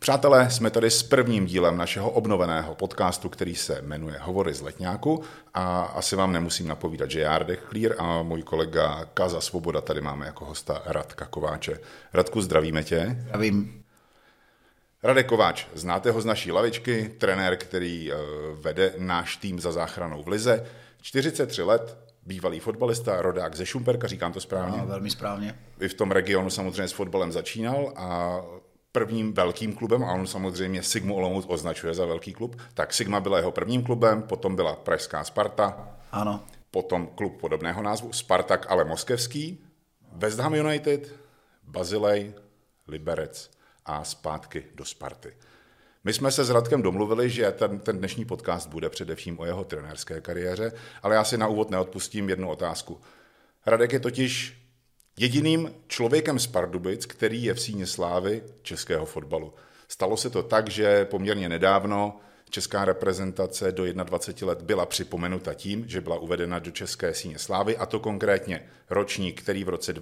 Přátelé, jsme tady s prvním dílem našeho obnoveného podcastu, který se jmenuje Hovory z letňáku a asi vám nemusím napovídat, že já, Radek Chlír a můj kolega Kaza Svoboda tady máme jako hosta Radka Kováče. Radku, zdravíme tě. Zdravím. Radek Kováč, znáte ho z naší lavičky, trenér, který vede náš tým za záchranou v lize, 43 let, bývalý fotbalista, rodák ze Šumperka, říkám to správně? No, velmi správně. I v tom regionu samozřejmě s fotbalem začínal a prvním velkým klubem, a on samozřejmě Sigmu Olomouc označuje za velký klub, tak Sigma byla jeho prvním klubem, potom byla pražská Sparta, ano. Potom klub podobného názvu, Spartak, ale moskevský, West Ham United, Bazilej, Liberec a zpátky do Sparty. My jsme se s Radkem domluvili, že ten dnešní podcast bude především o jeho trenérské kariéře, ale já si na úvod neodpustím jednu otázku. Radek je totiž jediným člověkem z Pardubic, který je v síni slávy českého fotbalu. Stalo se to tak, že poměrně nedávno česká reprezentace do 21 let byla připomenuta tím, že byla uvedena do české síně slávy, a to konkrétně ročník, který v roce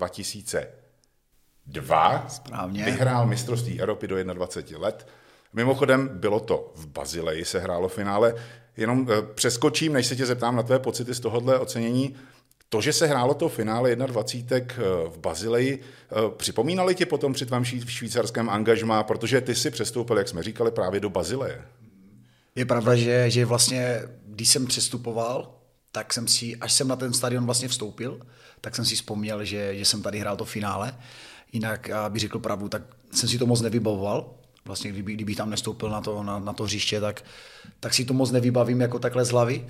2002 vyhrál mistrovství Evropy do 21 let. Mimochodem bylo to v Bazileji, se hrálo finále. Jenom přeskočím, než se tě zeptám na tvé pocity z tohohle ocenění. To, že se hrálo to finále 21 v Bazileji, připomínali ti potom při tvém švýcarském angažmá, protože ty si přestoupil, jak jsme říkali, právě do Bazileje. Je pravda, že vlastně, když jsem přestupoval, tak jsem si, až jsem na ten stadion vlastně vstoupil, tak jsem si vzpomněl, že jsem tady hrál to finále. Jinak, abych řekl pravdu, tak jsem si to moc nevybavoval. Vlastně, kdybych tam nestoupil na to hřiště, tak si to moc nevybavím jako takhle z hlavy.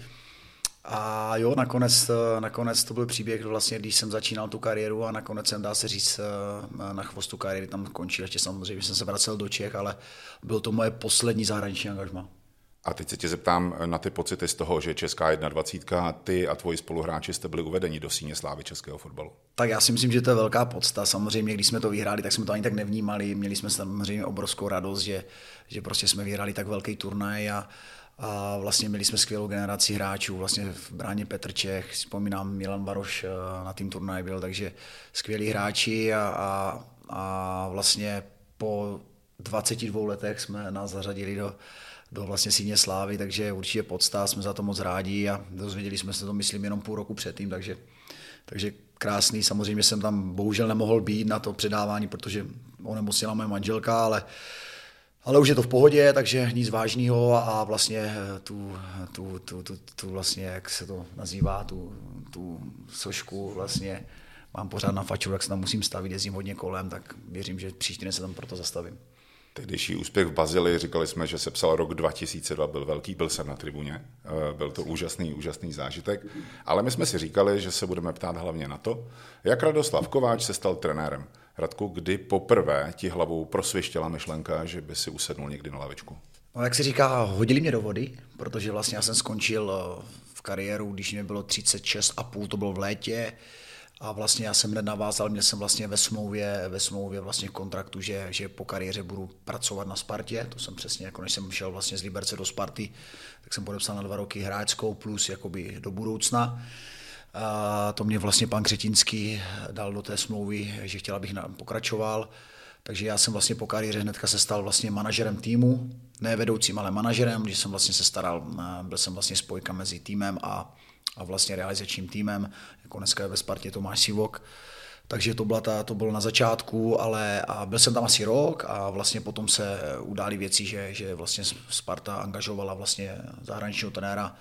A jo, nakonec to byl příběh, vlastně, když jsem začínal tu kariéru a nakonec jsem, dá se říct, na chvostu kariéry tam končil. Ještě samozřejmě jsem se vracel do Čech, ale byl to moje poslední zahraniční angažmá. A teď se tě zeptám na ty pocity z toho, že česká 21, ty a tvoji spoluhráči jste byli uvedeni do síně slávy českého fotbalu. Tak já si myslím, že to je velká podsta. Samozřejmě, když jsme to vyhráli, tak jsme to ani tak nevnímali. Měli jsme samozřejmě obrovskou radost, že prostě jsme vyhráli tak velký turnaj a vlastně měli jsme skvělou generaci hráčů, vlastně v bráně Petr Čech, vzpomínám, Milan Baroš na tým turnaj byl, takže skvělí hráči a vlastně po 22 letech jsme nás zařadili do vlastně síně slávy, takže určitě podsta, jsme za to moc rádi a dozvěděli jsme se to, myslím, jenom půl roku předtím, takže krásný. Samozřejmě jsem tam bohužel nemohl být na to předávání, protože onemocněla moje manželka, ale už je to v pohodě, takže nic vážného a vlastně tu vlastně, jak se to nazývá, tu sošku vlastně mám pořád na faču, jak se tam musím stavit, jezdím hodně kolem, tak věřím, že příští den se tam proto zastavím. Tehdejší úspěch v Bazilii, říkali jsme, že se psal rok 2002, byl velký, byl jsem na tribuně, byl to úžasný zážitek, ale my jsme si říkali, že se budeme ptát hlavně na to, jak Radoslav Kováč se stal trenérem. Radku, kdy poprvé ti hlavou prosvištěla myšlenka, že by si usednul někdy na lavičku? No, jak se říká, hodili mě do vody, protože vlastně já jsem skončil v kariéru, když mě bylo 36,5, to bylo v létě, a vlastně já jsem hned navázal, měl jsem vlastně ve smlouvě vlastně kontraktu, že po kariéře budu pracovat na Spartě, to jsem přesně, jako než jsem šel vlastně z Liberce do Sparty, tak jsem podepsal na 2 roky hráčskou plus jakoby do budoucna. A to mě vlastně pan Křetinský dal do té smlouvy, že chtěl, abych pokračoval, takže já jsem vlastně po kariéře hnedka se stal vlastně manažerem týmu, ne vedoucím, ale manažerem, že jsem vlastně se staral, byl jsem vlastně spojka mezi týmem a vlastně realizačním týmem, jako dneska je ve Spartě Tomáš Sivok. Takže to bylo na začátku, a byl jsem tam asi rok a vlastně potom se udály věci, že vlastně Sparta angažovala vlastně zahraničního trenéra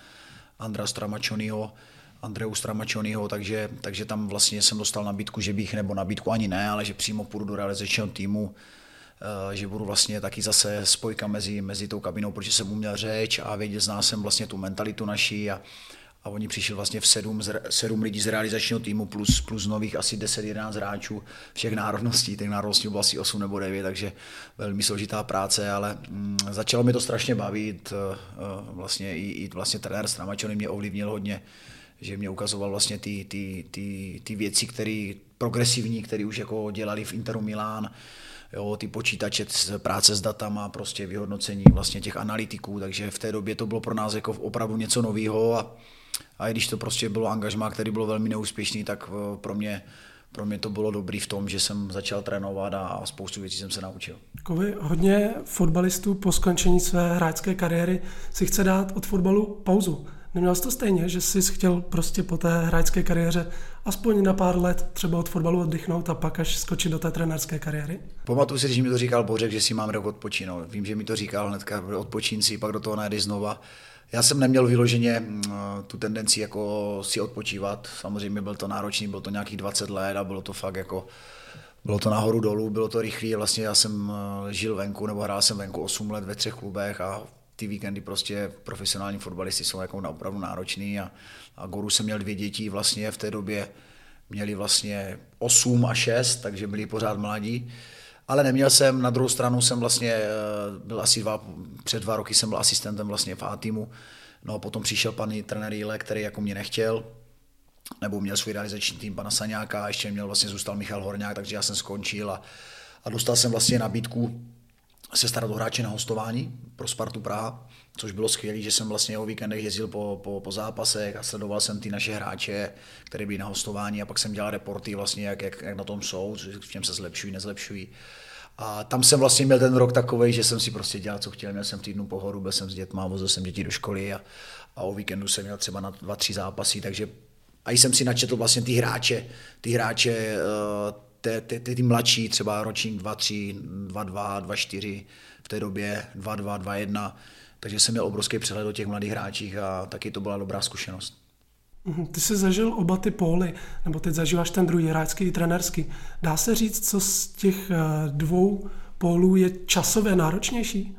Andreu Stramačonyho, takže tam vlastně jsem dostal nabídku, že bych, nebo nabídku ani ne, ale že přímo půjdu do realizačního týmu, že budu vlastně taky zase spojka mezi tou kabinou, protože jsem uměl řeč a znal jsem vlastně tu mentalitu naší a oni přišli vlastně v 7 lidí z realizačního týmu plus nových asi 10-11 hráčů všech národností. Těch národností bylo asi 8 nebo 9, takže velmi složitá práce, ale začalo mi to strašně bavit. Vlastně i vlastně trenér Stramačony mě ovlivnil hodně, že mě ukazoval vlastně ty věci, které progresivní, které už jako dělali v Interu Milán, jo, ty počítače, práce s datama, prostě vyhodnocení vlastně těch analytiků, takže v té době to bylo pro nás jako opravdu něco nového a i když to prostě bylo angažmá, který byl velmi neúspěšný, tak pro mě pro mě to bylo dobrý v tom, že jsem začal trénovat a spoustu věcí jsem se naučil. Kovy, hodně fotbalistů po skončení své hráčské kariéry si chce dát od fotbalu pauzu. Neměl jsi to stejně, že jsi chtěl prostě po té hráčské kariéře aspoň na pár let třeba od fotbalu oddychnout a pak až skočit do té trenérské kariéry? Pamatuju si, že mi to říkal Bořek, že si mám rok odpočinout. Vím, že mi to říkal hnedka, odpočín si, pak do toho najdeš znova. Já jsem neměl vyloženě tu tendenci jako si odpočívat. Samozřejmě byl to náročný, bylo to nějakých 20 let a bylo to fakt jako, bylo to nahoru dolů, bylo to rychlý. Vlastně já jsem žil venku nebo hrál jsem venku 8 let ve 3 klubech a ty víkendy prostě profesionální fotbalisti jsou jako opravdu náročný a Goru jsem měl 2 děti vlastně v té době, měli vlastně 8 a 6, takže byli pořád mladí. Ale neměl jsem, na druhou stranu jsem vlastně byl asi před 2 roky jsem byl asistentem vlastně v A-týmu. No a potom přišel pan trenér Jíle, který jako mě nechtěl, nebo měl svůj realizační tým pana Saňáka, a ještě měl vlastně zůstal Michal Horňák, takže já jsem skončil a dostal jsem vlastně nabídku se starat o hráče na hostování pro Spartu Praha, což bylo skvělé, že jsem vlastně o víkendech jezdil po zápasech a sledoval jsem ty naše hráče, kteří byli na hostování a pak jsem dělal reporty vlastně, jak na tom jsou, v čem se zlepšují, nezlepšují. A tam jsem vlastně měl ten rok takovej, že jsem si prostě dělal, co chtěl, měl jsem týdnu pohodu, byl jsem s dětma, vozil jsem děti do školy a o víkendu jsem měl třeba na 2-3 zápasy, takže a jsem si načetl vlastně ty hráče, ty mladší, třeba ročník 2-3, 2-2, 2-4, v té době 2-2, 2-1, takže jsem měl obrovský přehled o těch mladých hráčích a taky to byla dobrá zkušenost. Ty jsi zažil oba ty póly, nebo teď zažíváš ten druhý, hráčský i trenérský. Dá se říct, co z těch 2 pólů je časově náročnější?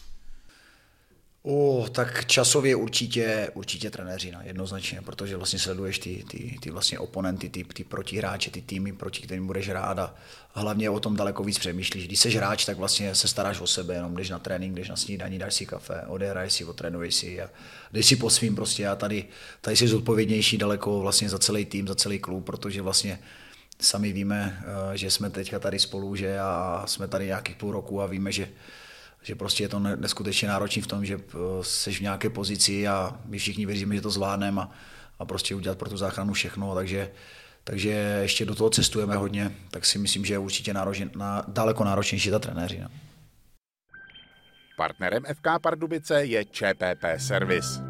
Tak časově určitě trenéřina, jednoznačně, protože vlastně sleduješ ty vlastně oponenty, ty protihráče, ty týmy, proti kterým budeš hrát a hlavně o tom daleko víc přemýšlíš. Když jsi hráč, tak vlastně se staráš o sebe, jenom jdeš na trénink, jdeš na snídani, dáš si kafe, odehraješ si, otrénuješ si a jdeš si po svým prostě a tady jsi zodpovědnější daleko vlastně za celý tým, za celý klub, protože vlastně sami víme, že jsme teďka tady spolu, že a jsme tady nějakých půl roku a víme, že prostě je to neskutečně náročný v tom, že seš v nějaké pozici a my všichni věříme, že to zvládneme a prostě udělat pro tu záchranu všechno, takže ještě do toho cestujeme hodně, tak si myslím, že je určitě daleko náročnější ta trenéřina. Partnerem FK Pardubice je ČPP Servis.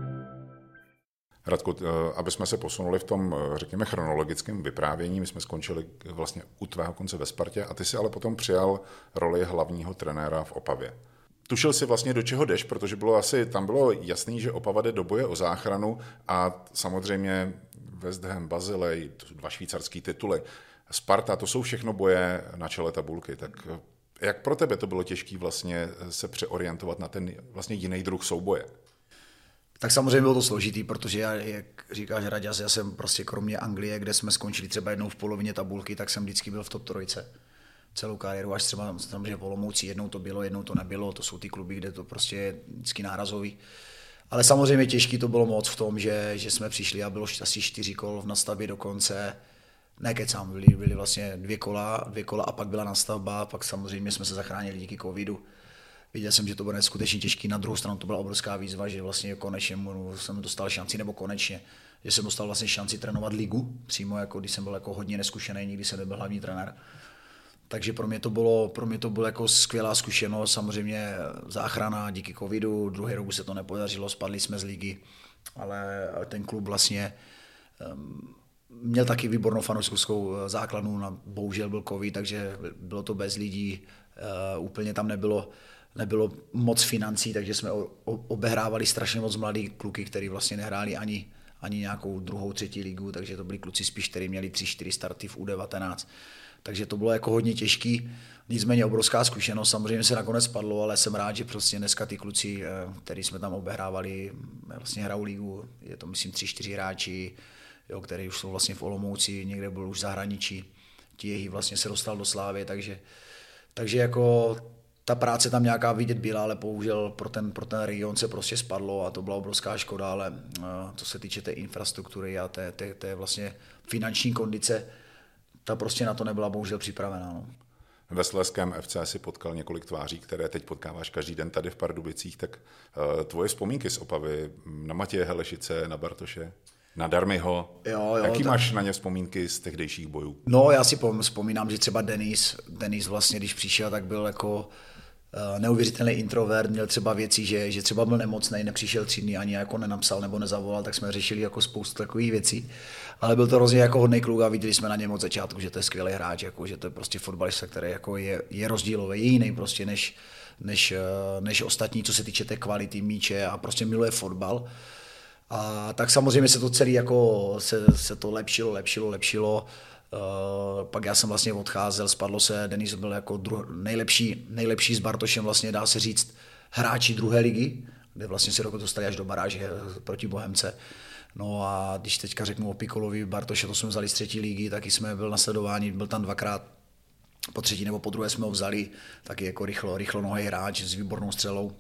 Radku, aby jsme se posunuli v tom, řekněme, chronologickém vyprávění, my jsme skončili vlastně u tvého konce ve Spartě a ty si ale potom přijal roli hlavního trenéra v Opavě. Tušil si vlastně, do čeho jdeš, protože tam bylo jasný, že Opava jde do boje o záchranu a samozřejmě West Ham, Bazilej, 2 švýcarský tituly, Sparta, to jsou všechno boje na čele tabulky. Tak jak pro tebe to bylo těžké vlastně se přeorientovat na ten vlastně jiný druh souboje? Tak samozřejmě bylo to složitý, protože jak říkáš Raďas, já jsem prostě kromě Anglie, kde jsme skončili třeba jednou v polovině tabulky, tak jsem vždycky byl v top 3. Celou kariéru, až třeba samozřejmě v Olomouci, jednou to bylo, jednou to nebylo, to jsou ty kluby, kde to prostě je vždycky nárazový. Ale samozřejmě těžký to bylo moc v tom, že jsme přišli a bylo asi 4 kol v nastavbě do konce. Nekecám, byly vlastně 2 kola a pak byla nastavba, pak samozřejmě jsme se zachránili díky covidu. Viděl jsem, že to bylo neskutečně těžký, na druhou stranu to byla obrovská výzva, že vlastně konečně jsem dostal šanci, že jsem dostal vlastně šanci trénovat ligu, přímo jako když jsem byl jako hodně neskušený, nikdy jsem nebyl hlavní trenér. Takže pro mě to bylo jako skvělá zkušenost, samozřejmě záchrana díky covidu, druhý rok se to nepodařilo, spadli jsme z ligy, ale ten klub vlastně měl taky výbornou fanouškovskou základnu, bohužel byl covid, takže bylo to bez lidí, úplně tam nebylo moc financí, takže jsme obehrávali strašně moc mladý kluky, kteří vlastně nehráli ani nějakou 2., 3. ligu, takže to byli kluci spíš, kteří měli 3-4 starty v U19. Takže to bylo jako hodně těžký, nicméně obrovská zkušenost, samozřejmě se nakonec spadlo, ale jsem rád, že prostě dneska ty kluci, který jsme tam obehrávali, vlastně hrajou ligu, je to myslím 3-4 hráči, jo, který už jsou vlastně v Olomouci, někde byl už v zahraničí, Tijehy vlastně se dostal do Slávy, takže jako ta práce tam nějaká vidět byla, ale bohužel pro ten region se prostě spadlo a to byla obrovská škoda, ale co se týče té infrastruktury a té vlastně finanční kondice, ta prostě na to nebyla bohužel připravená. No. Ve Slezském FC si potkal několik tváří, které teď potkáváš každý den tady v Pardubicích, tak tvoje vzpomínky z Opavy na Matěje Helešice, na Bartoše? Na Darmiho. Jo, Jaký máš na ně vzpomínky z tehdejších bojů? No, já si vzpomínám, že třeba Denis vlastně, když přišel, tak byl jako neuvěřitelný introvert, měl třeba věci, že třeba byl nemocný, nepřišel 3 dny, ani jako nenapsal nebo nezavolal, tak jsme řešili jako spoustu takových věcí. Ale byl to hrozně jako hodný kluk a viděli jsme na něm od začátku, že to je skvělý hráč, jako, že to je prostě fotbalista, který jako je rozdílový, je jiný prostě než ostatní, co se týče té kvality míče a prostě miluje fotbal. A tak samozřejmě se to celé jako se to lepšilo. Pak já jsem vlastně odcházel, spadlo se, Denis byl jako nejlepší s Bartošem, vlastně dá se říct hráči druhé ligy, kde vlastně se dostali až do baráže proti Bohemce. No a když teďka řeknu o Pikolovi, Bartoše, to jsme vzali z 3. ligy, taky jsme byl nasledování, byl tam 2krát, po 3. nebo po 2. jsme ho vzali, taky jako rychlo nohý hráč s výbornou střelou.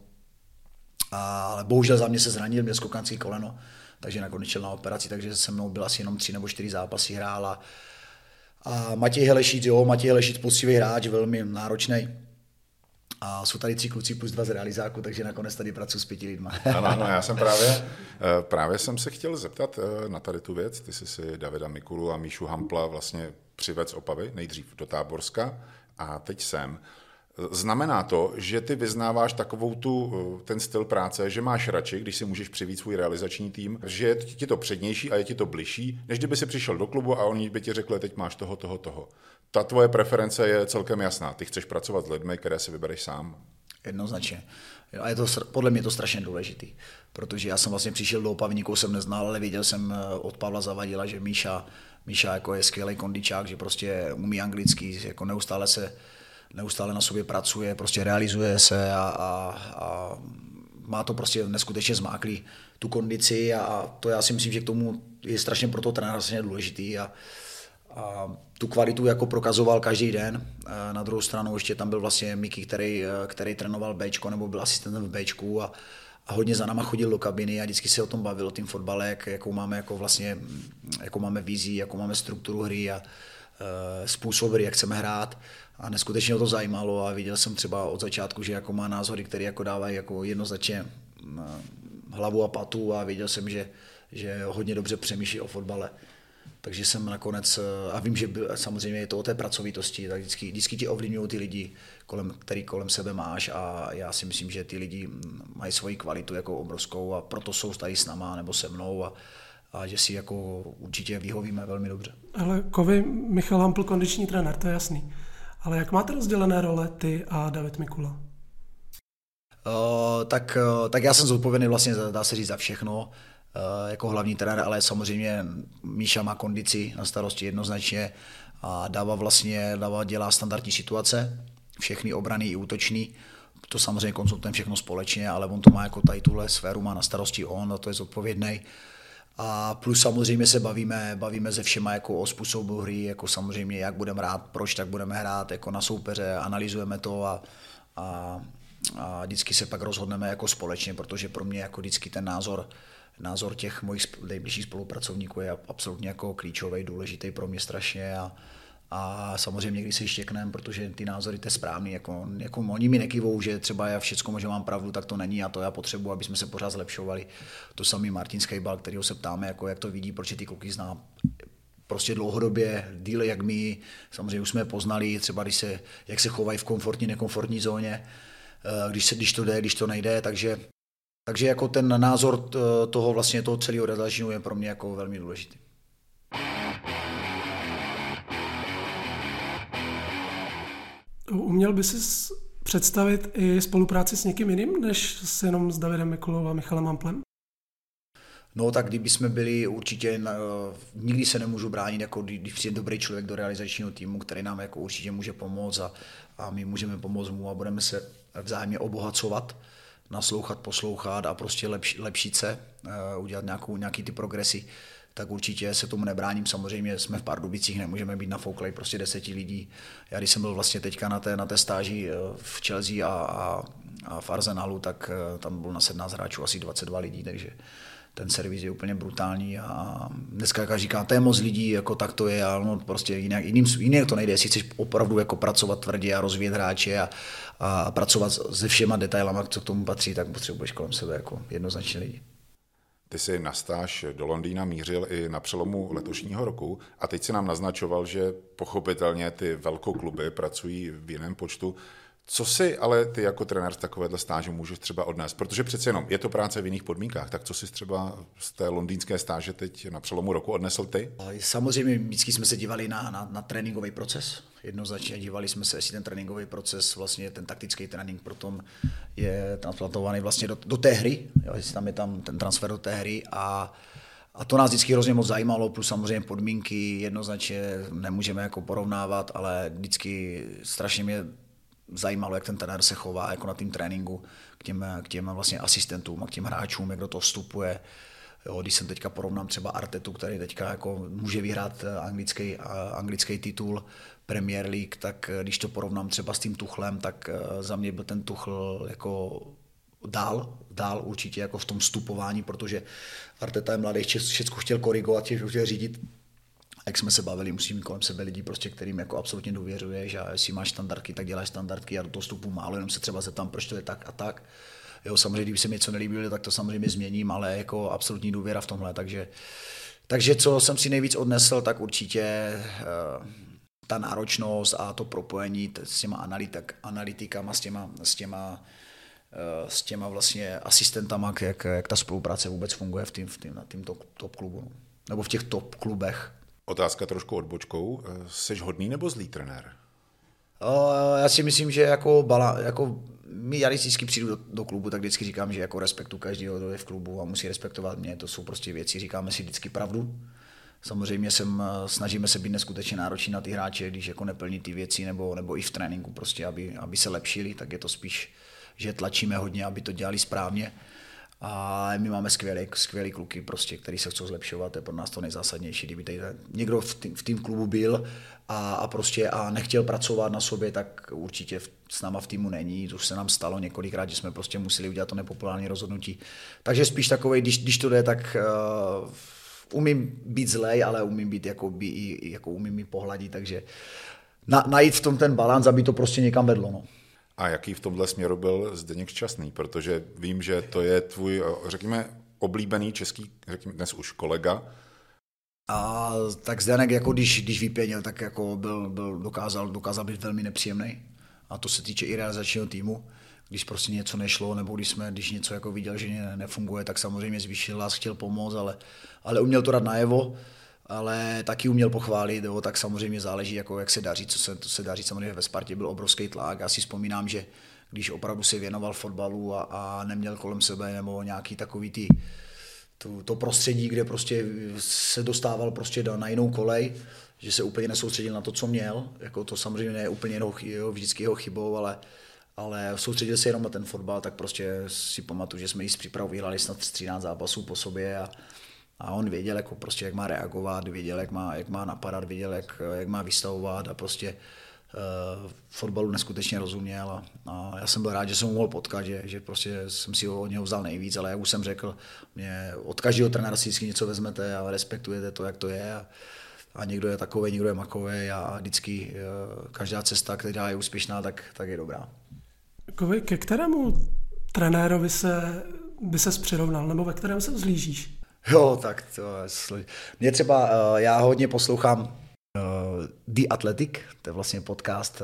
Ale bohužel za mě se zranil, měl skokanský koleno, takže nakonec šel na operaci, takže se mnou byl asi jenom 3 nebo 4 zápasy hrál. A Matěj Helešic, poctivý hráč, velmi náročný. A jsou tady 3 kluci plus 2 z realizáku, takže nakonec tady pracuji s 5 lidma. Ano, já jsem právě jsem se chtěl zeptat na tady tu věc. Ty jsi si Davida Mikulu a Míšu Hampla vlastně přivedl z Opavy, nejdřív do Táborska a teď sem. Znamená to, že ty vyznáváš takovou ten styl práce, že máš radši, když si můžeš přivít svůj realizační tým, že je ti to přednější a je ti to bližší, než kdyby si přišel do klubu a oni by ti řekli, teď máš toho. Ta tvoje preference je celkem jasná. Ty chceš pracovat s lidmi, které si vybereš sám. Jednoznačně. A podle mě je to strašně důležitý, protože já jsem vlastně přišel do Opavy, nikoho jsem neznal, ale věděl jsem od Pavla Zavadila, že Míša jako je skvělý kondičák, že prostě umí anglicky, jako neustále na sobě pracuje, prostě realizuje se a má to prostě neskutečně zmáklý tu kondici a to já si myslím, že k tomu je strašně pro toho trenéra strašně důležitý a tu kvalitu jako prokazoval každý den. Na druhou stranu ještě tam byl vlastně Miky, který trénoval Bčko nebo byl asistentem v Bčku a hodně za náma chodil do kabiny a vždycky se o tom bavil, o tím fotbale, jakou máme vizi, jakou máme strukturu hry a způsob hry, jak chceme hrát. A neskutečně ho to zajímalo a viděl jsem třeba od začátku, že jako má názory, které jako dávají jako jednoznačně hlavu a patu a viděl jsem, že hodně dobře přemýšlí o fotbale. Takže jsem nakonec, a vím, že samozřejmě je to o té pracovitosti, tak vždycky ti ovlivňují ty lidi, který kolem sebe máš a já si myslím, že ty lidi mají svoji kvalitu jako obrovskou a proto jsou tady s náma nebo se mnou a že si jako určitě vyhovíme velmi dobře. Ale Kovy, Michal Hampl, kondiční trenér, to je jasný. Ale jak máte rozdělené role ty a David Mikula? Tak já jsem zodpovědný vlastně, dá se říct, za všechno jako hlavní trenér, ale samozřejmě Míša má kondici na starosti jednoznačně a Dava dělá standardní situace, všechny obranný i útočný. To samozřejmě konzultujeme všechno společně, ale on to má jako tady tuhle sféru, má na starosti on a to je zodpovědný. A plus samozřejmě se bavíme se všema jako o způsobu hry, jako samozřejmě jak budeme hrát, proč tak budeme hrát, jako na soupeře, analyzujeme to a vždycky se pak rozhodneme jako společně, protože pro mě jako vždycky ten názor těch mojich nejbližších spolupracovníků je absolutně jako klíčový, důležitý pro mě strašně a samozřejmě když si štěkneme, protože ty názory to je správný, jako oni mi nekývou, že třeba já všecko, že mám pravdu, tak to není a to já potřebuji, aby jsme se pořád zlepšovali. To samý Martin Skejbal, kterýho se ptáme, jako jak to vidí, proč ty kluky zná prostě dlouhodobě, díl jak my, samozřejmě už jsme poznali, třeba jak se chovají v komfortní, nekomfortní zóně, když to jde, když to nejde, takže jako ten názor toho celého redakčního je pro mě jako velmi důležitý. Uměl by si představit i spolupráci s někým jiným, než s jenom s Davidem Mikulou a Michalem Hamplem? No tak kdyby jsme byli určitě, nikdy se nemůžu bránit, jako když přijde dobrý člověk do realizačního týmu, který nám jako určitě může pomoct a my můžeme pomoct mu a budeme se vzájemně obohacovat, naslouchat, poslouchat a prostě lepšit se, udělat nějaký ty progresy, tak určitě se tomu nebráním. Samozřejmě jsme v Pardubicích, nemůžeme být nafouklej prostě 10 lidí. Já když jsem byl vlastně teďka na té stáži v Chelsea a v Arsenalu, tak tam bylo na 17 hráčů asi 22 lidí, takže ten servis je úplně brutální a dneska, jak říkám, to je moc lidí, jako tak to je, ale no, prostě jinak to nejde, jestli chceš opravdu jako pracovat tvrdě a rozvíjet hráče a pracovat se všema detailama, co k tomu patří, tak potřebuješ kolem sebe jako jednoznačně lidi. Ty jsi na stáž do Londýna mířil i na přelomu letošního roku a teď si nám naznačoval, že pochopitelně ty velkokluby pracují v jiném počtu. Co si ale ty jako trenér z takovéhle stáže můžeš třeba odnést? Protože přece jenom je to práce v jiných podmínkách, tak co jsi třeba z té londýnské stáže teď na přelomu roku odnesl ty? Samozřejmě vždycky jsme se dívali na tréninkový proces. Jednoznačně dívali jsme se, jestli ten tréninkový proces, vlastně ten taktický trénink potom je transplantovaný vlastně do té hry, jo, jestli tam je ten transfer do té hry a to nás vždycky hrozně moc zajímalo, plus samozřejmě podmínky jednoznačně nemůžeme jako porovnávat, ale vždycky strašně mě zajímalo, jak ten trenér se chová jako na tým tréninku k těm vlastně asistentům a k těm hráčům, jak do toho vstupuje. Jo, když jsem teďka porovnám třeba Artetu, který teďka jako může vyhrát anglický titul Premier League, tak když to porovnám třeba s tím Tuchlem, tak za mě byl ten Tuchl jako dál určitě jako v tom vstupování, protože Arteta je mladý, všechno chtěl korigovat, chtěl řídit. Jak jsme se bavili, musí mít kolem sebe lidi, prostě, kterým jako absolutně důvěřuješ a jestli máš standardky, tak děláš standardky a do toho vstupu málo, jenom se třeba zeptám, proč to je tak a tak. Jo, samozřejmě, kdyby se mi něco nelíbilo, tak to samozřejmě změním, ale jako absolutní důvěra v tomhle, takže co jsem si nejvíc odnesl, tak určitě ta náročnost a to propojení s těma analytikama, s těma vlastně asistentama, jak ta spolupráce vůbec funguje na tým top klubu, nebo v těch top klubech. Otázka trošku odbočkou. Jsi hodný nebo zlý trenér? Já si myslím, že my já vždycky přijdu do klubu, tak vždycky říkám, že jako respektu každého, kdo je v klubu a musí respektovat mě. To jsou prostě věci, říkáme si vždycky pravdu. Samozřejmě snažíme se být neskutečně nároční na ty hráče, když jako neplní ty věci, nebo i v tréninku prostě, aby se lepšili, tak je to spíš, že tlačíme hodně, aby to dělali správně. A my máme skvělý kluky, prostě, který se chcou zlepšovat, to je pro nás to nejzásadnější. Kdyby tady někdo v tým klubu byl a nechtěl pracovat na sobě, tak určitě s náma v týmu není. To už se nám stalo několikrát, že jsme prostě museli udělat to nepopulární rozhodnutí. Takže spíš takovej, když to jde, tak umím být zlej, ale umím být jako umím pohladit, takže najít v tom ten balans, aby to prostě někam vedlo. No. A jaký v tomhle směru byl Zdeněk Šťastný? Protože vím, že to je tvůj, řekněme, oblíbený český, řekněme dnes už kolega. A tak Zdeněk, jako když vypěnil, tak jako dokázal být velmi nepříjemný. A to se týče i realizačního týmu. Když prostě něco nešlo, nebo když něco jako viděl, že nefunguje, tak samozřejmě zvýšil vás, chtěl pomoct, ale uměl to dát najevo. Ale taky uměl pochválit, jo, tak samozřejmě záleží, jako jak se daří, co se daří. Samozřejmě ve Spartě byl obrovský tlak. Já si vzpomínám, že když opravdu se věnoval fotbalu a neměl kolem sebe nebo nějaký takový to prostředí, kde prostě se dostával prostě na jinou kolej, že se úplně nesoustředil na to, co měl. Jako to samozřejmě je úplně vždycky jeho chybou, ale soustředil se jenom na ten fotbal, tak prostě si pamatuju, že jsme jí s přípravou vyhráli snad 13 zápasů po sobě a on věděl, jako prostě, jak má reagovat, věděl, jak má napadat, věděl, jak má vystavovat a prostě fotbalu neskutečně rozuměl a já jsem byl rád, že jsem ho mohl potkat, že prostě jsem si od něho vzal nejvíc, ale jak už jsem řekl, od každého trenéra si vždycky něco vezmete a respektujete to, jak to je a někdo je takovej, někdo je makovej a vždycky každá cesta, která je úspěšná, tak je dobrá. Ke kterému trenérovi by ses přirovnal, nebo ve kterém se vzlížíš? Jo, tak to je mě třeba, já hodně poslouchám The Athletic, to je vlastně podcast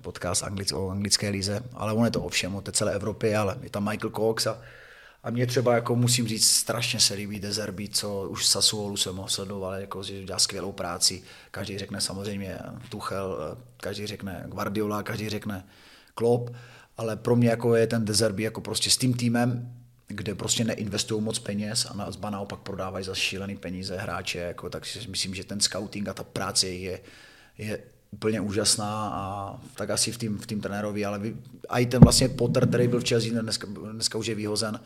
o anglické lize, ale on je to o všem, o té celé Evropě, ale je tam Michael Cox a mě třeba, jako musím říct, strašně se líbí De Zerbi, co už Sassuolu jsem ho sledoval, jako, že dělá skvělou práci, každý řekne samozřejmě Tuchel, každý řekne Guardiola, každý řekne Klopp, ale pro mě jako je ten De Zerbi jako prostě s tím týmem, kde prostě neinvestují moc peněz a naopak prodávají za šílený peníze hráče, jako, tak si myslím, že ten scouting a ta práce je úplně úžasná a tak asi v tým trenérovi, ale a i ten vlastně Potter, který byl v Chelsea, dneska už je vyhozen,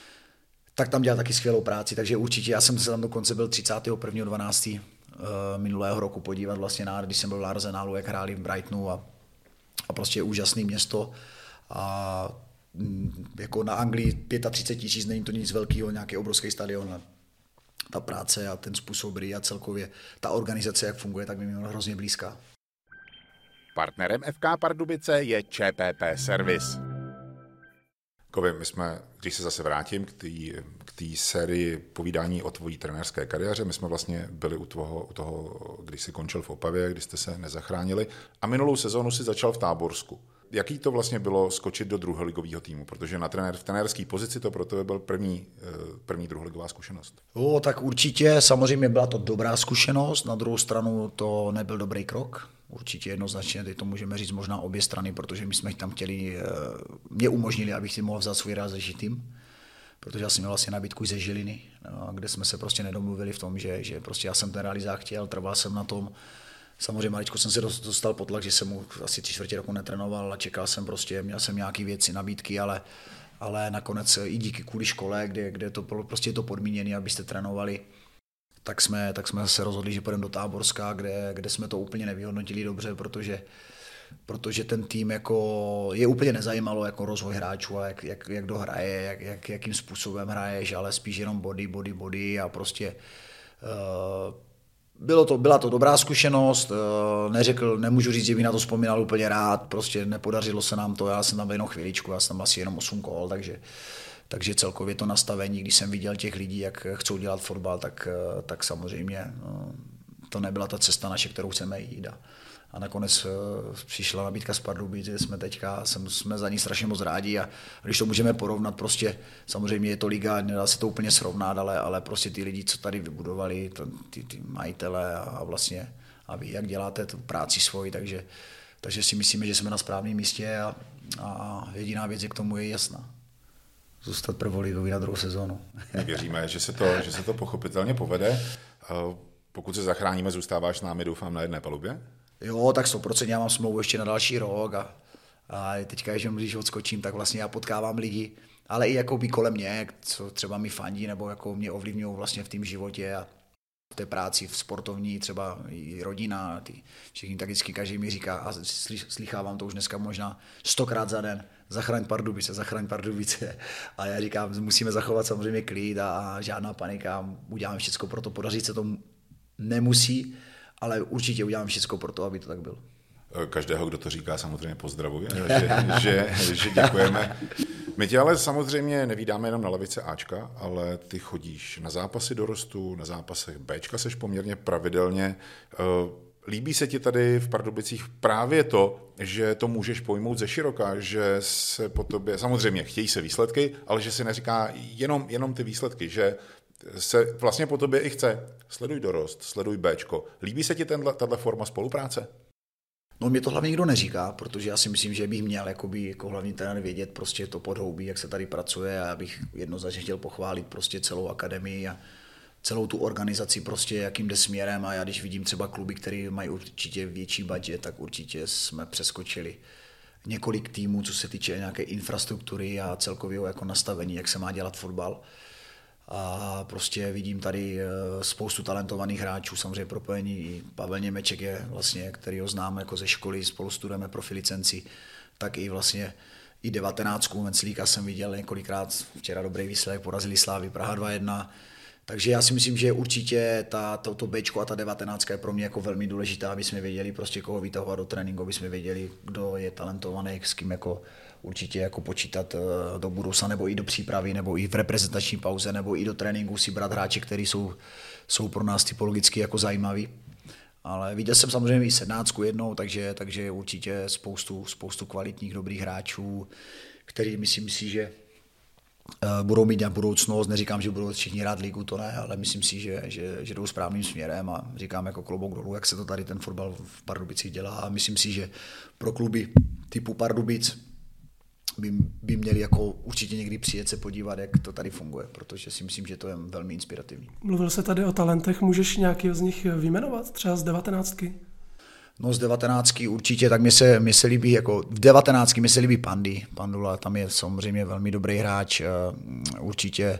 tak tam dělal taky skvělou práci, takže určitě já jsem se tam dokonce byl 31.12. Minulého roku podívat vlastně když jsem byl v Arsenalu, jak hráli v Brightonu a prostě úžasné město a jako na Anglii 35 000, není to nic velkého, nějaký obrovský stadion. Ta práce a ten způsob hry a celkově ta organizace, jak funguje, tak by mi byla hrozně blízká. Partnerem FK Pardubice je ČPP Servis. Kovy, když se zase vrátím k té sérii povídání o tvojí trenérské kariéře, my jsme vlastně byli u toho, když jsi končil v Opavě, když jste se nezachránili a minulou sezónu si začal v Táborsku. Jaký to vlastně bylo skočit do druholigového týmu? Protože v trenérské pozici to pro tebe byl první druholigová zkušenost. Tak určitě, samozřejmě byla to dobrá zkušenost, na druhou stranu to nebyl dobrý krok. Určitě jednoznačně, teď to můžeme říct možná obě strany, protože my jsme tam chtěli, mě umožnili, abych si mohl vzít svůj realizační tým, protože já jsem měl vlastně nabídku ze Žiliny, kde jsme se prostě nedomluvili v tom, že prostě já jsem ten realizák chtěl, trval jsem na tom. Samozřejmě maličko jsem se dostal pod tlak, že jsem mu asi 3/4 roku netrénoval a čekal jsem prostě, měl jsem nějaké věci, nabídky, ale nakonec i díky kvůli škole, kde to prostě je to podmíněné, abyste trénovali, tak jsme se rozhodli, že půjdeme do Táborska, kde jsme to úplně nevyhodnotili dobře, protože ten tým jako je úplně nezajímalo jako rozvoj hráčů a jak kdo hraje, jakým způsobem hraješ, ale spíš jenom body a prostě byla to dobrá zkušenost, nemůžu říct, že bych na to vzpomínal úplně rád, prostě nepodařilo se nám to, já jsem tam byl jenom chvíličku, já jsem tam asi jenom 8 kol, takže celkově to nastavení, když jsem viděl těch lidí, jak chcou dělat fotbal, tak samozřejmě to nebyla ta cesta naše, kterou chceme jít. A nakonec přišla nabídka z Pardubic, kde jsme za ní strašně moc rádi a když to můžeme porovnat, prostě samozřejmě je to liga, nedá se to úplně srovnat, ale prostě ty lidi, co tady vybudovali, ty majitele a vlastně a vy, jak děláte tu práci svoji, takže si myslíme, že jsme na správném místě a jediná věc je k tomu je jasná. Zůstat prvoligový na druhou sezónu. My věříme, že se to pochopitelně povede. Pokud se zachráníme, zůstáváš s námi, doufám, na jedné palubě? Jo, tak 100%, já mám smlouvu ještě na další rok a teďka, když odskočím, tak vlastně já potkávám lidi, ale i jako by kolem mě, co třeba mi fandí nebo jako mě ovlivňují vlastně v tém životě a v té práci, v sportovní, třeba i rodina, všichni tak vždycky každý mi říká a slychávám to už dneska možná 100krát za den, zachraň Pardubice. A já říkám, musíme zachovat samozřejmě klid a žádná panika, uděláme všechno pro to, podařit se to nemusí, ale určitě udělám všechno pro to, aby to tak bylo. Každého, kdo to říká, samozřejmě pozdravuji, že děkujeme. My tě ale samozřejmě nevídáme jenom na lavice Ačka, ale ty chodíš na zápasy dorostu, na zápasech Bčka seš poměrně pravidelně. Líbí se ti tady v Pardubicích právě to, že to můžeš pojmout ze široka, že se po tobě, samozřejmě chtějí se výsledky, ale že se neříká jenom ty výsledky, že se vlastně po tobě i chce. Sleduj dorost, sleduj Bčko. Líbí se ti tato forma spolupráce? No mě to hlavně nikdo neříká, protože já si myslím, že bych měl jako hlavní trenér vědět prostě to podhoubí, jak se tady pracuje a já bych jednoznačně chtěl pochválit prostě celou akademii a celou tu organizaci prostě, jakým jde směrem a já když vidím třeba kluby, které mají určitě větší budget, tak určitě jsme přeskočili několik týmů, co se týče nějaké infrastruktury a celkového jako nastavení, jak se má dělat fotbal. A prostě vidím tady spoustu talentovaných hráčů, samozřejmě propojení i Pavel Němeček je vlastně, který ho znám jako ze školy, spolu studujeme profilicenci, tak i vlastně i 19. Menclíka jsem viděl několikrát, včera dobrý výsledek, porazili Slávy Praha 2-1, takže já si myslím, že určitě to Bčko a ta 19 je pro mě jako velmi důležitá, aby jsme věděli prostě koho vytahovat do tréninku, aby jsme věděli, kdo je talentovaný, s kým jako určitě jako počítat do budoucna, nebo i do přípravy, nebo i v reprezentační pauze, nebo i do tréninku si brát hráče, kteří jsou pro nás typologicky jako zajímaví. Ale viděl jsem samozřejmě i 17 jednou, takže určitě spoustu kvalitních, dobrých hráčů, který myslím si, že budou mít na budoucnost. Neříkám, že budou všichni rád ligu, to ne, ale myslím si, že jdou správným směrem a říkám jako klobouk dolů, jak se to tady ten fotbal v Pardubicích dělá a myslím si, že pro kluby typu Pardubic by měli jako určitě někdy přijet se podívat, jak to tady funguje, protože si myslím, že to je velmi inspirativní. Mluvil se tady o talentech, můžeš nějaký z nich vyjmenovat, třeba z 19? No z 19 určitě, tak mě se líbí, jako v 19 mi se líbí Pandula, tam je samozřejmě velmi dobrý hráč, určitě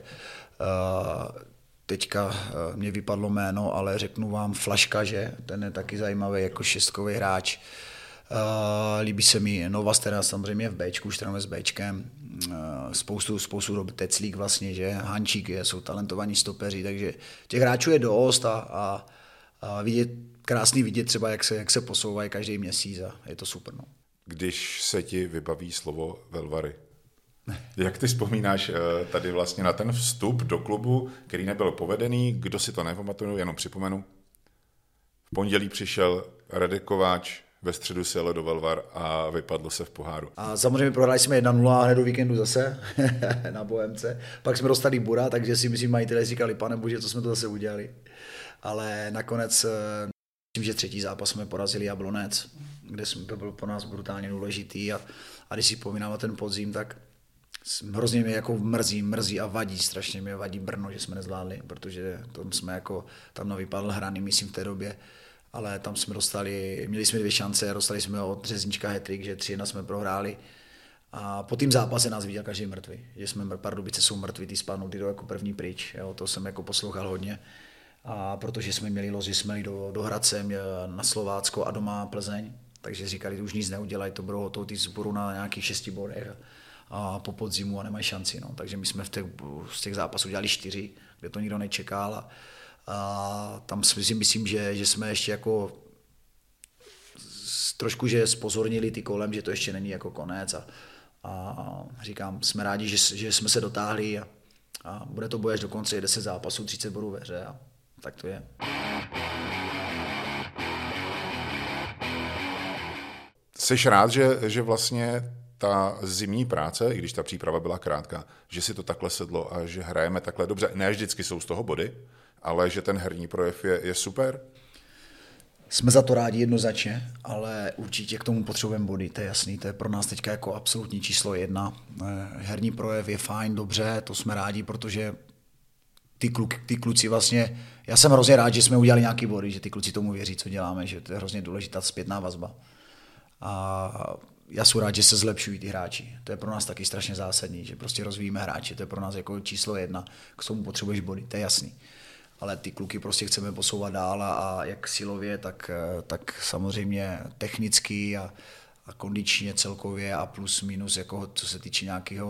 teďka mě vypadlo jméno, ale řeknu vám Flaška, že ten je taky zajímavý jako šestkový hráč. Líbí se mi Novas, teda samozřejmě v Bčku, už trénujeme s Bčkem, spoustu doby Teclík vlastně, že Hančík jsou talentovaní stopeři, takže těch hráčů je dost a krásný vidět třeba, jak se posouvají každý měsíc a je to super. No. Když se ti vybaví slovo Velvary, Jak ty vzpomínáš tady vlastně na ten vstup do klubu, který nebyl povedený, kdo si to nepamatuje, jenom připomenu. V pondělí přišel Radek Kováč, ve středu se jelo do Velvar a vypadlo se v poháru. A samozřejmě prohráli jsme 1-0 a hned do víkendu zase na Bohemce. Pak jsme dostali bura, takže si myslím, majitelé říkali, pane bože, co jsme to zase udělali. Ale nakonec myslím, že třetí zápas jsme porazili Jablonec, kde to byl pro nás brutálně důležitý a když si vzpomínám na ten podzim, tak hrozně mě jako mrzí a vadí, strašně mě vadí Brno, že jsme nezvládli, protože tam jsme jako tam nevypadl hraný, myslím v té době, ale tam jsme měli jsme 2 šance, dostali jsme od Řeznička hat-trick, že 3-1 jsme prohráli a po tým zápase nás viděl každý mrtvý, že jsme Pardubice jsou mrtví, ty spadnou, ty jdou jako první pryč, jo, to jsem jako poslouchal hodně. A protože jsme měli lozi, jsme jeli do Hradce na Slovácko a doma Plzeň, takže říkali, už nic neudělají, to bylo hotovo, ty zboru na nějakých 6 bodech a po podzimu a nemají šanci. No. Takže my jsme z těch zápasů udělali 4, kde to nikdo nečekal a tam si myslím, že jsme ještě jako trošku, že spozornili ty kolem, že to ještě není jako konec a říkám, jsme rádi, že jsme se dotáhli a bude to boj až do konce, je 10 zápasů, 30 bodů ve hře a tak to je. Jsi rád, že vlastně ta zimní práce, i když ta příprava byla krátká, že si to takhle sedlo a že hrajeme takhle dobře. Ne vždycky jsou z toho body, ale že ten herní projev je super? Jsme za to rádi jednoznačně, ale určitě k tomu potřebujeme body, to je jasný, to je pro nás teďka jako absolutní číslo 1. Herní projev je fajn, dobře, to jsme rádi, protože ty kluci vlastně, já jsem hrozně rád, že jsme udělali nějaký body, že ty kluci tomu věří, co děláme, že to je hrozně důležitá zpětná vazba. A já jsem rád, že se zlepšují ty hráči. To je pro nás taky strašně zásadní, že prostě rozvíjíme hráče, to je pro nás jako číslo 1. K tomu potřebuješ body, to je jasný. Ale ty kluky prostě chceme posouvat dál a jak silově, tak samozřejmě technicky a kondičně celkově a plus minus, jako co se týče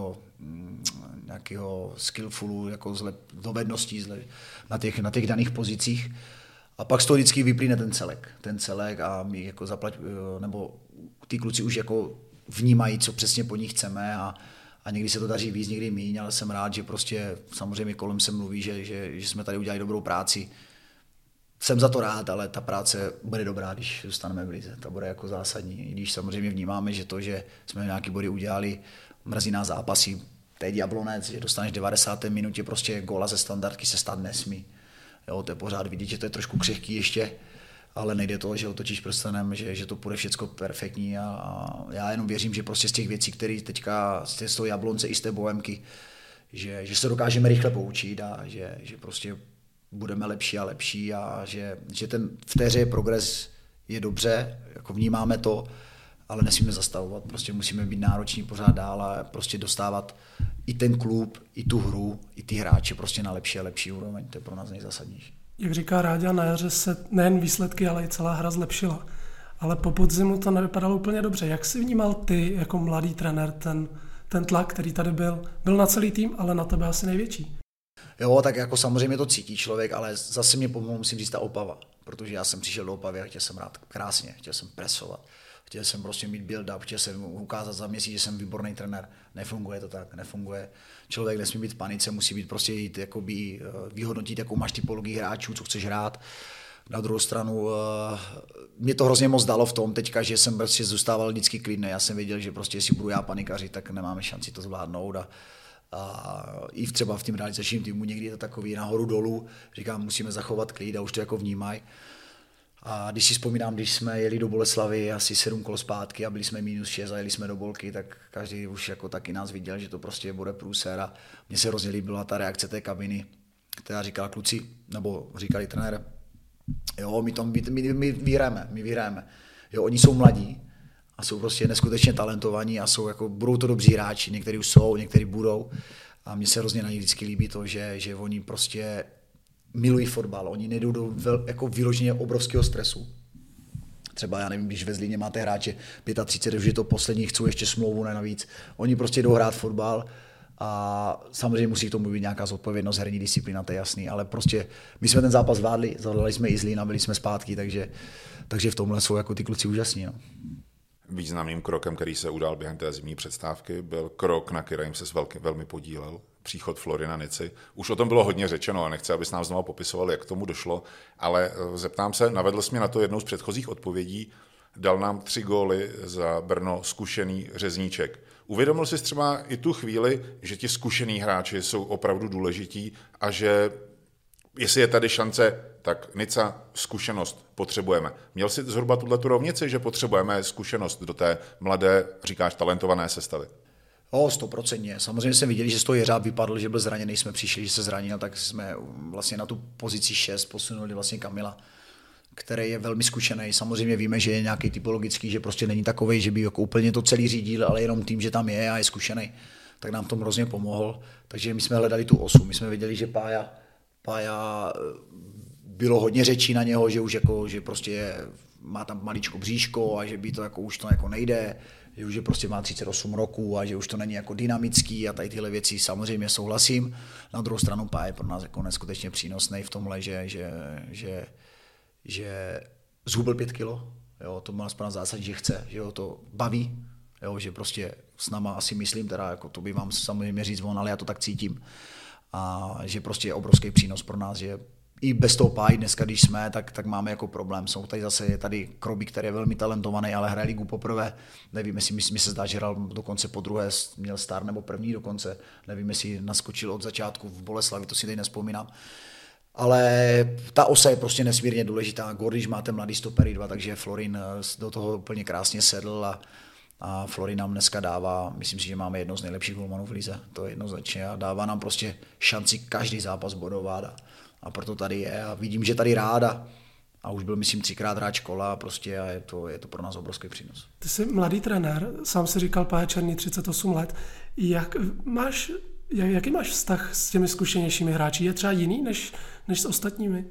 nějakého skillfulu, jako dovedností na těch daných pozicích. A pak z toho vždycky vyplyne ten celek a my jako nebo ty kluci už jako vnímají, co přesně po nich chceme a někdy se to daří víc, někdy míň, ale jsem rád, že prostě samozřejmě kolem se mluví, že jsme tady udělali dobrou práci. Jsem za to rád, ale ta práce bude dobrá, když zůstaneme v lize. Ta bude jako zásadní. I když samozřejmě vnímáme, že to, že jsme nějaký body udělali, mrzí nás zápasy. Teď Jablonec, že dostaneš 90. minutě prostě góla ze standardky se stát nesmí. Jo, to je pořád vidět, že to je trošku křehký ještě, ale nejde to, že otočíš prstenem, že to půjde všecko perfektní a já jenom věřím, že prostě z těch věcí, které teďka z toho Jablonce i z té Bohemky, že se dokážeme rychle poučit a že prostě budeme lepší a lepší a že v té hře je progres je dobře, jako vnímáme to, ale nesmíme zastavovat, prostě musíme být nároční pořád dál a prostě dostávat i ten klub, i tu hru, i ty hráče prostě na lepší a lepší úroveň, to je pro nás nejzásadnější. Jak říká Ráďa, na jaře se nejen výsledky, ale i celá hra zlepšila. Ale po podzimu to nevypadalo úplně dobře. Jak jsi vnímal ty jako mladý trenér ten tlak, který tady byl? Byl na celý tým, ale na tebe asi největší. Jo, tak jako samozřejmě to cítí člověk, ale zase mě pomohlo, musím říct, ta Opava, protože já jsem přišel do Opavy a chtěl jsem hrát krásně, chtěl jsem presovat, chtěl jsem prostě mít build-up, chtěl jsem ukázat za měsíc, že jsem výborný trenér. Nefunguje to tak, nefunguje. Člověk nesmí být v panice, musí být prostě jít, jakoby, vyhodnotit, jakou máš typologii hráčů, co chceš hrát. Na druhou stranu mě to hrozně moc dalo v tom teďka, že jsem prostě zůstával vždycky klidný. Já jsem věděl, že prostě jestli budu já panikařit, tak nemáme šanci to zvládnout. A i třeba v tím realizačním týmu někdy je to takový nahoru dolů, říkám, musíme zachovat klid a už to jako vnímají. A když si vzpomínám, když jsme jeli do Boleslavy asi 7 kol zpátky a byli jsme -6 a jeli jsme do Bolky, tak každý už jako taky nás viděl, že to prostě bude průser a mně se hrozně líbila ta reakce té kabiny, která říkala kluci, nebo říkali trenér, jo, my vyhrajeme. Jo, oni jsou mladí a jsou prostě neskutečně talentovaní a jsou jako, budou to dobří hráči, někteří už jsou, někteří budou a mně se hrozně na nich vždycky líbí to, že oni prostě milují fotbal, oni nejdou do jako vyloženě obrovského stresu. Třeba, já nevím, když ve Zlíně máte hráče 35, už je to poslední, chcou ještě smlouvu, ne navíc. Oni prostě jdou hrát fotbal a samozřejmě musí k tomu být nějaká zodpovědnost, herní disciplína, to je jasný, ale prostě my jsme ten zápas zvládli jsme i Zlín a byli jsme zpátky, takže v tomhle jsou jako ty kluci úžasní. No. významným krokem, který se udál během té zimní přestávky, byl krok, na kterém se velmi podílel, příchod Florina Nici. Už o tom bylo hodně řečeno a nechci, abys nám znovu popisoval, jak k tomu došlo, ale zeptám se, navedl jsi mě na to jednou z předchozích odpovědí, dal nám 3 góly za Brno zkušený Řezníček. Uvědomil jsi třeba i tu chvíli, že ti zkušený hráči jsou opravdu důležití a že jestli je tady šance, tak Nica zkušenost potřebujeme. Měl jsi zhruba tu rovnici, že potřebujeme zkušenost do té mladé, říkáš, talentované sestavy? 100%. Samozřejmě jsme viděli, že z toho Jeřáb vypadl, že byl zraněný, jsme přišli, že se zranil, tak jsme vlastně na tu pozici 6 posunuli vlastně Kamila, který je velmi zkušený. Samozřejmě víme, že je nějaký typologický, že prostě není takovej, že by jako úplně to celý řídil, ale jenom tím, že tam je a je zkušený, tak nám v tom hrozně pomohl. Takže my jsme hledali tu osu. My jsme viděli, že Pája bylo hodně řečí na něho, že už jako, že prostě má tam maličko bříško a že by to jako už to jako nejde, že už je prostě má 38 roků a že už to není jako dynamický a tady tyhle věci samozřejmě souhlasím. Na druhou stranu Pája je pro nás jako neskutečně přínosný v tomhle, že zhubil 5 kilo, jo, to má pro nás zásadní, že chce, že ho to baví, jo, že prostě s náma asi myslím, teda jako to by vám samozřejmě říct von, ale já to tak cítím. A že prostě je obrovský přínos pro nás, že i bez toho Páji dneska, když jsme, tak máme jako problém. Jsou tady zase, je tady Krobík, který je velmi talentovaný, ale hraje ligu poprvé. Nevím, jestli mi se zdá, že hrál dokonce po druhé, měl star nebo první dokonce. Nevím, jestli naskočil od začátku v Boleslavi, to si teď nevzpomínám. Ale ta osa je prostě nesmírně důležitá. Když máte mladý stopery 2, takže Florin do toho úplně krásně sedl a Florin nám dneska dává, myslím si, že máme jedno z nejlepších golmanů v lize, to je jednoznačně a dává nám prostě šanci každý zápas bodovat a proto tady je a vidím, že tady ráda a už byl, myslím, 3krát hráč kola prostě a je to pro nás obrovský přínos. Ty jsi mladý trenér, sám si říkal Pája Černý, 38 let. Jaký máš vztah s těmi zkušenějšími hráči? Je třeba jiný než s ostatními?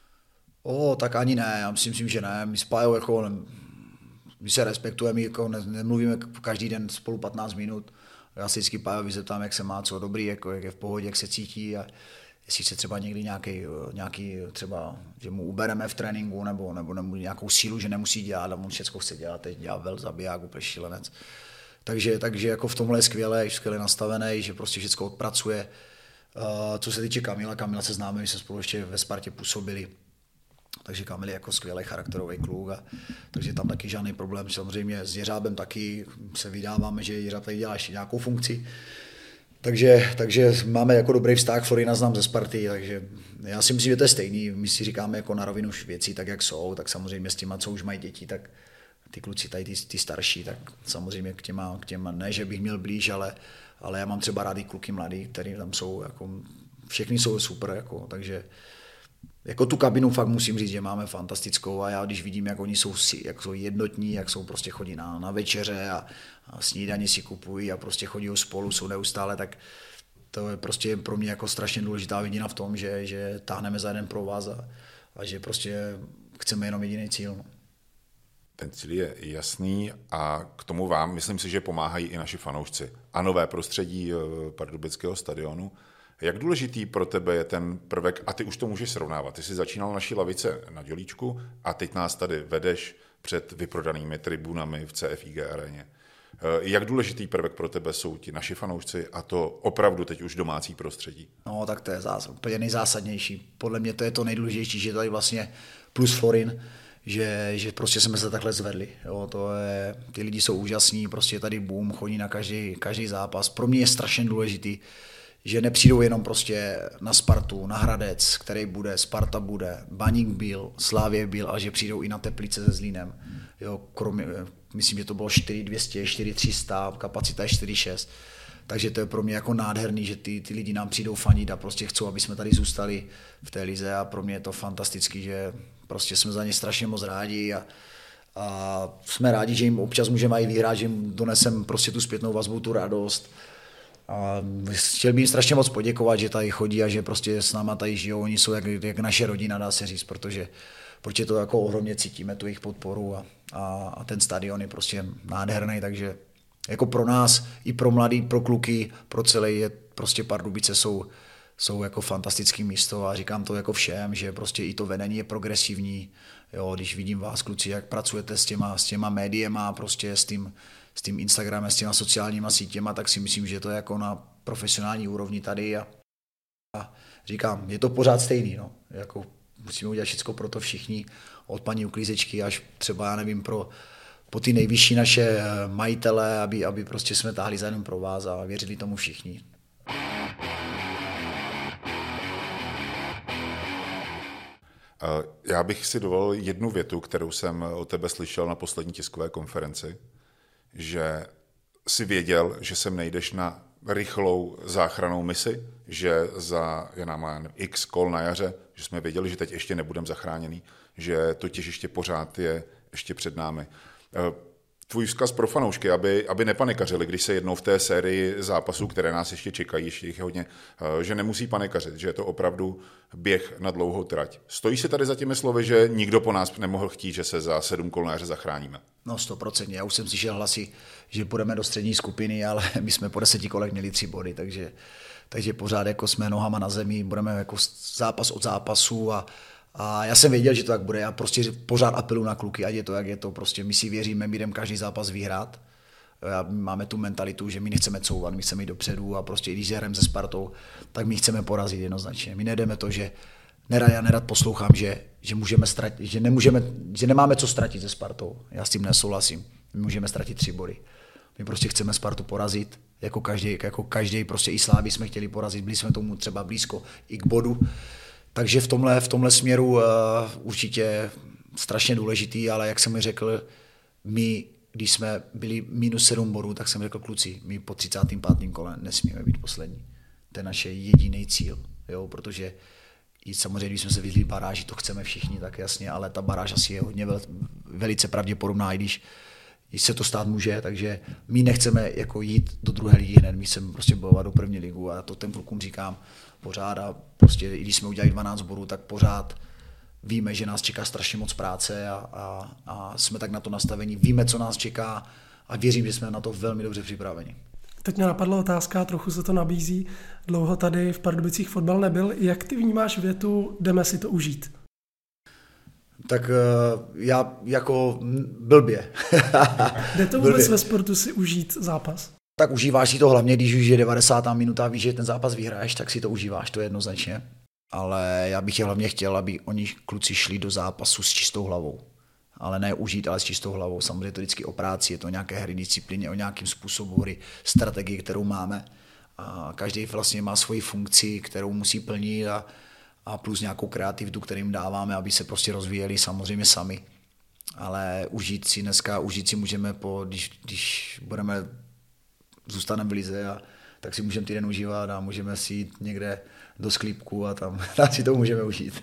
Tak ani ne, já myslím, že ne. My s Pájou jako my se respektujeme, jako nemluvíme každý den spolu 15 minut. Já si vždycky Pájovi zeptám, jak se má, co dobrý, jako, jak je v pohodě, jak se cítí a jestli se třeba někdy nějaký třeba, že mu ubereme v tréninku nebo nějakou sílu, že nemusí dělat a on všechno chce dělat, teď dělá zabiják, úplně šílenec. Takže jako v tomhle je skvěle nastavený, že prostě všechno odpracuje. Co se týče Kamila se známe, my jsme spolu ještě ve Spartě působili. Takže Kamil je jako skvělý charakterový kluk, takže tam taky žádný problém. Samozřejmě s Jeřábem taky se vydáváme, že Jeřáb tady dělá ještě nějakou funkci. Takže máme jako dobrý vztah, Florina znám ze Sparty, takže já si myslím, že to je stejný. My si říkáme jako na rovinu věcí tak, jak jsou, tak samozřejmě s těma, co už mají děti, tak ty kluci tady, ty starší, tak samozřejmě k těma ne, že bych měl blíž, ale já mám třeba rád i kluky mladý, který tam jsou, jako, všechny jsou super, jako, takže jako tu kabinu fakt musím říct, že máme fantastickou a já když vidím, jak oni jsou, jak jsou jednotní, jak jsou prostě chodí na večeře a snídaně si kupují a prostě chodí spolu, jsou neustále, tak to je prostě pro mě jako strašně důležitá vidina v tom, že táhneme za jeden provaz a že prostě chceme jenom jediný cíl. No. Ten cíl je jasný a k tomu vám, myslím si, že pomáhají i naši fanoušci. A nové prostředí Pardubického stadionu. Jak důležitý pro tebe je ten prvek, a ty už to můžeš srovnávat, ty jsi začínal naší lavice na Dělíčku a teď nás tady vedeš před vyprodanými tribunami v CFIG aréně. Jak důležitý prvek pro tebe jsou ti naši fanoušci a to opravdu teď už domácí prostředí? No tak to je úplně nejzásadnější. Podle mě to je to nejdůležitější, že tady vlastně plus Florin, že prostě jsme se takhle zvedli. Jo, ty lidi jsou úžasní, prostě tady boom, chodí na každý zápas. Pro mě je strašně důležitý, že nepřijdou jenom prostě na Spartu, na Hradec, který bude, Sparta bude, Baník byl, Slavie byl, a že přijdou i na Teplice se Zlínem. Jo, myslím, že to bylo 4200, 4300, kapacita je 46. Takže to je pro mě jako nádherný, že ty lidi nám přijdou fanit a prostě chcou, aby jsme tady zůstali v té lize a pro mě je to fantastický, že prostě jsme za ně strašně moc rádi a jsme rádi, že jim občas můžeme i vyhrát, že jim donesem prostě tu zpětnou vazbu, tu radost. A chtěl bych jim strašně moc poděkovat, že tady chodí a že prostě s náma tady žijou, oni jsou jak naše rodina, dá se říct, protože to jako ohromně cítíme, tu jejich podporu a ten stadion je prostě nádherný, takže jako pro nás, i pro mladý, pro kluky, pro celé je prostě Pardubice jsou jako fantastické místo a říkám to jako všem, že prostě i to vedení je progresivní. Jo, když vidím vás, kluci, jak pracujete s těma médiema, prostě s tím Instagramem, s těma sociálníma sítěma, tak si myslím, že to je jako na profesionální úrovni tady a říkám, je to pořád stejný, no. Jako musíme udělat všechno pro to všichni, od paní uklízečky až třeba, já nevím, po ty nejvyšší naše majitele, aby prostě jsme táhli za jenom pro vás a věřili tomu všichni. Já bych si dovolil jednu větu, kterou jsem od tebe slyšel na poslední tiskové konferenci, že si věděl, že sem nejdeš na rychlou záchrannou misi, že za x kol na jaře, že jsme věděli, že teď ještě nebudeme zachráněný, že to těžiště pořád je ještě před námi. Tvůj vzkaz pro fanoušky, aby nepanikařili, když se jednou v té sérii zápasů, které nás ještě čekají, ještě jich je hodně, že nemusí panikařit, že je to opravdu běh na dlouhou trať. Stojí si tady za těmi slovy, že nikdo po nás nemohl chtít, že se za 7 kol na jaře zachráníme? No 100%. Já už jsem slyšel hlasy, že půjdeme do střední skupiny, ale my jsme po 10 kolech měli 3 body, takže pořád jako jsme nohama na zemi, budeme jako zápas od zápasu a já jsem věděl, že to tak bude. Já prostě pořád apeluji na kluky, ať je to, jak je to. Prostě my si věříme, my jdeme každý zápas vyhrát. Máme tu mentalitu, že my nechceme couvat, my chceme jít dopředu a prostě i když hrajeme se Spartou, tak my chceme porazit jednoznačně. My nejdeme to, že nerad poslouchám, že můžeme ztratit, že nemáme co ztratit se Spartou. Já s tím nesouhlasím. My můžeme ztratit 3 body. My prostě chceme Spartu porazit, jako každý prostě i Slávy jsme chtěli porazit, byli jsme tomu třeba blízko i k bodu. Takže v tomhle směru určitě strašně důležitý, ale jak jsem mi řekl, my, když jsme byli -7 bodů, tak jsem řekl, kluci, my po 35. kole nesmíme být poslední. To je naš jediný cíl, jo, protože samozřejmě, když jsme se vyzli baráži, to chceme všichni, tak jasně, ale ta baráž asi je hodně velice pravděpodobná, i když se to stát může, takže my nechceme jako jít do druhé ligy hned, my chceme prostě bojovat do první ligu a to těm klukům říkám pořád a prostě i když jsme udělali 12 bodů, tak pořád víme, že nás čeká strašně moc práce a jsme tak na to nastavení, víme, co nás čeká a věřím, že jsme na to velmi dobře připraveni. Teď mě napadla otázka, trochu se to nabízí, dlouho tady v Pardubicích fotbal nebyl, jak ty vnímáš větu, jdeme si to užít? Tak já jako blbě. Jde to vůbec ve sportu si užít zápas? Tak užíváš si to hlavně, když už je 90. minuta a víš, že ten zápas vyhraješ, tak si to užíváš, to je jednoznačně. Ale já bych je hlavně chtěl, aby oni kluci šli do zápasu s čistou hlavou. Ale ne užít, ale s čistou hlavou. Samozřejmě je to vždycky o práci, je to nějaké hry, disciplíně, o nějakým způsobu hry, strategii, kterou máme. A každý vlastně má svoji funkci, kterou musí plnit a plus nějakou kreativitu, kterým dáváme, aby se prostě rozvíjeli samozřejmě sami. Ale užít si můžeme, když zůstaneme v lize, tak si můžeme týden užívat a můžeme si jít někde do sklípku a tam si to můžeme užít.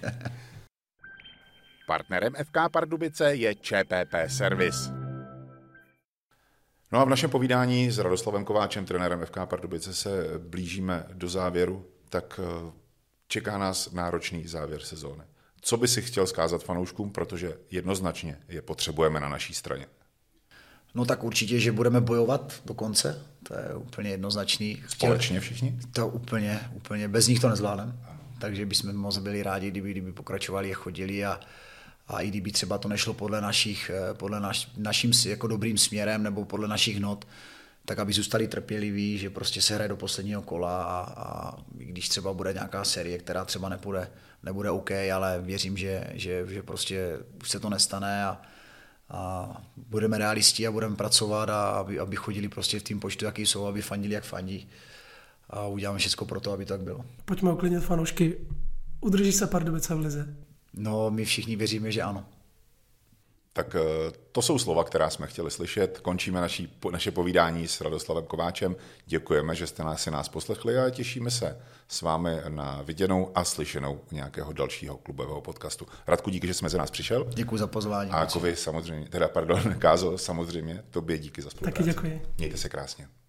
Partnerem FK Pardubice je ČPP Servis. No a v našem povídání s Radoslavem Kováčem, trenérem FK Pardubice, se blížíme do závěru, tak čeká nás náročný závěr sezóny. Co by si chtěl vzkázat fanouškům, protože jednoznačně je potřebujeme na naší straně? No tak určitě, že budeme bojovat do konce, to je úplně jednoznačný. Společně všichni? To úplně, bez nich to nezvládneme. Takže bychom moc byli rádi, kdyby pokračovali a chodili a i kdyby třeba to nešlo podle naším jako dobrým směrem nebo podle našich not, tak aby zůstali trpěliví, že prostě se hraje do posledního kola a když třeba bude nějaká série, která třeba nebude OK, ale věřím, že prostě už se to nestane a budeme realisti a budeme pracovat a aby chodili prostě v tým počtu, jaký jsou, aby fandili, jak fandí a uděláme všechno pro to, aby to tak bylo. Pojďme uklidnit fanoušky. Udrží se Pardubice v lize? No, my všichni věříme, že ano. Tak to jsou slova, která jsme chtěli slyšet. Končíme naše povídání s Radoslavem Kováčem. Děkujeme, že jste nás poslechli a těšíme se s vámi na viděnou a slyšenou nějakého dalšího klubového podcastu. Radku, díky, že jsi mezi nás přišel. Děkuji za pozvání. A Kázo, samozřejmě, tobě díky za spolupráci. Taky děkuji. Mějte se krásně.